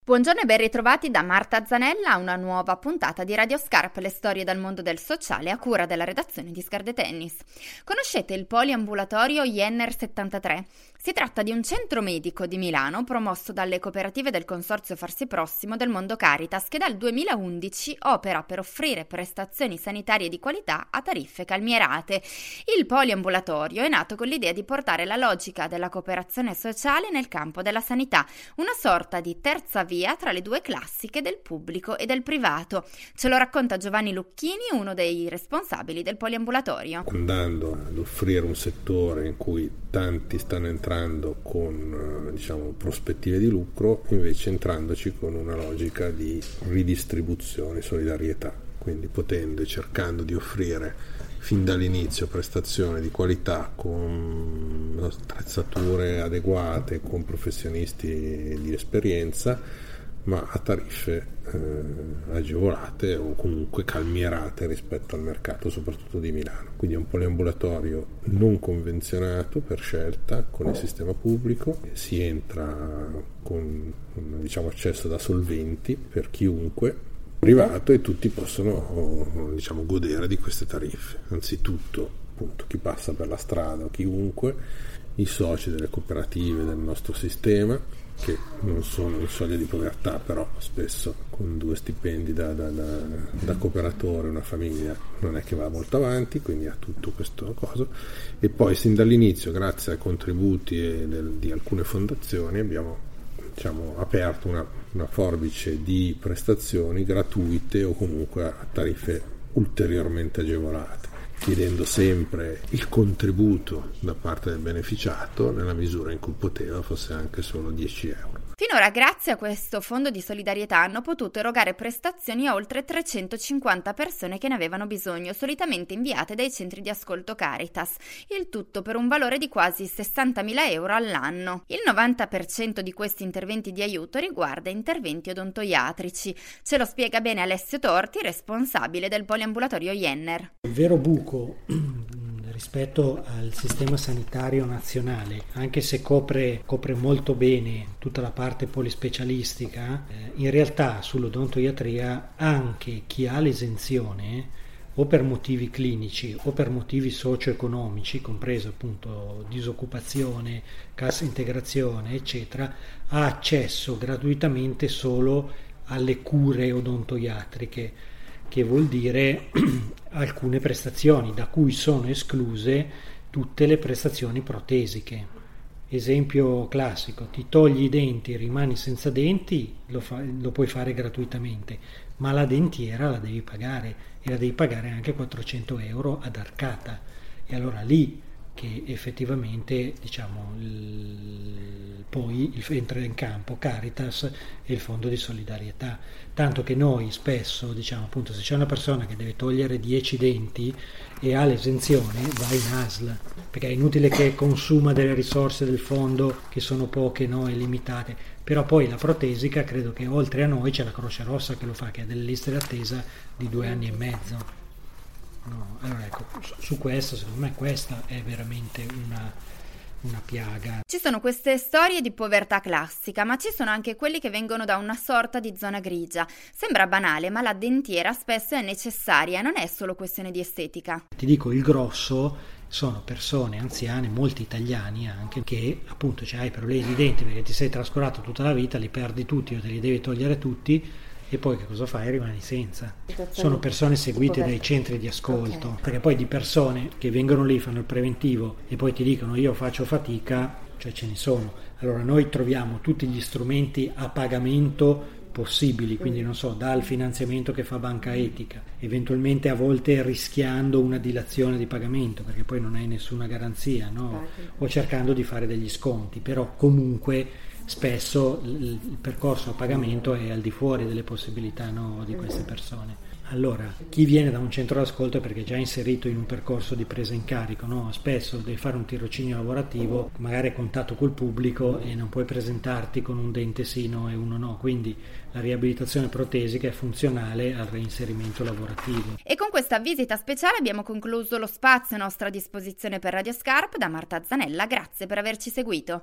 Buongiorno e ben ritrovati da Marta Zanella a una nuova puntata di Radio Scarp, le storie dal mondo del sociale a cura della redazione di Scar de Tennis. Conoscete il poliambulatorio Jenner 73? Si tratta di un centro medico di Milano promosso dalle cooperative del Consorzio Farsi Prossimo del Mondo Caritas che dal 2011 opera per offrire prestazioni sanitarie di qualità a tariffe calmierate. Il poliambulatorio è nato con l'idea di portare la logica della cooperazione sociale nel campo della sanità, una sorta di terza via tra le due classiche del pubblico e del privato. Ce lo racconta Giovanni Lucchini, uno dei responsabili del poliambulatorio. Andando ad offrire un settore in cui tanti stanno entrando con prospettive di lucro, invece entrandoci con una logica di ridistribuzione, solidarietà, quindi potendo e cercando di offrire fin dall'inizio prestazioni di qualità con attrezzature adeguate, con professionisti di esperienza, ma a tariffe agevolate o comunque calmierate rispetto al mercato soprattutto di Milano. Quindi è un poliambulatorio non convenzionato per scelta con il sistema pubblico, si entra con accesso da solventi per chiunque, privato, e tutti possono godere di queste tariffe. Anzitutto appunto chi passa per la strada o chiunque, i soci delle cooperative del nostro sistema, che non sono in soglia di povertà, però spesso con 2 stipendi da cooperatore una famiglia non è che va molto avanti, quindi ha tutto questo coso. E poi sin dall'inizio, grazie ai contributi di alcune fondazioni, abbiamo aperto una forbice di prestazioni gratuite o comunque a tariffe ulteriormente agevolate, chiedendo sempre il contributo da parte del beneficiato nella misura in cui poteva, fosse anche solo 10 euro. Finora, grazie a questo fondo di solidarietà, hanno potuto erogare prestazioni a oltre 350 persone che ne avevano bisogno, solitamente inviate dai centri di ascolto Caritas, il tutto per un valore di quasi 60.000 euro all'anno. Il 90% di questi interventi di aiuto riguarda interventi odontoiatrici. Ce lo spiega bene Alessio Torti, responsabile del poliambulatorio Jenner. Il vero buco rispetto al sistema sanitario nazionale, anche se copre molto bene tutta la parte polispecialistica, in realtà sull'odontoiatria anche chi ha l'esenzione o per motivi clinici o per motivi socio-economici, compreso appunto disoccupazione, cassa integrazione eccetera, ha accesso gratuitamente solo alle cure odontoiatriche, che vuol dire alcune prestazioni, da cui sono escluse tutte le prestazioni protesiche. Esempio classico: ti togli i denti, rimani senza denti, lo puoi fare gratuitamente, ma la dentiera la devi pagare, e la devi pagare anche 400 euro ad arcata. E allora lì che effettivamente poi entra in campo Caritas e il fondo di solidarietà, tanto che noi spesso appunto, se c'è una persona che deve togliere 10 denti e ha l'esenzione, va in ASL, perché è inutile che consuma delle risorse del fondo che sono poche, e limitate. Però poi la protesica, credo che oltre a noi c'è la Croce Rossa che lo fa, che ha delle liste d'attesa di 2 anni e mezzo. Allora ecco, su questo, secondo me questa è veramente una piaga. Ci sono queste storie di povertà classica, ma ci sono anche quelli che vengono da una sorta di zona grigia. Sembra banale, ma la dentiera spesso è necessaria, non è solo questione di estetica. Ti dico, il grosso sono persone anziane, molti italiani anche, che appunto hai problemi di denti perché ti sei trascurato tutta la vita, li perdi tutti o te li devi togliere tutti, e poi che cosa fai? Rimani senza. Sono persone seguite dai centri di ascolto, okay. Perché poi di persone che vengono lì, fanno il preventivo e poi ti dicono io faccio fatica, ce ne sono. Allora noi troviamo tutti gli strumenti a pagamento possibili, quindi dal finanziamento che fa Banca Etica, eventualmente a volte rischiando una dilazione di pagamento perché poi non hai nessuna garanzia, o cercando di fare degli sconti, però comunque spesso il percorso a pagamento è al di fuori delle possibilità di queste persone. Allora, chi viene da un centro d'ascolto è perché è già inserito in un percorso di presa in carico, spesso devi fare un tirocinio lavorativo, magari a contatto col pubblico, e non puoi presentarti con un dente sì e uno no, quindi la riabilitazione protesica è funzionale al reinserimento lavorativo. E con questa visita speciale abbiamo concluso lo spazio a nostra disposizione per Radio Scarp. Da Marta Zanella, grazie per averci seguito.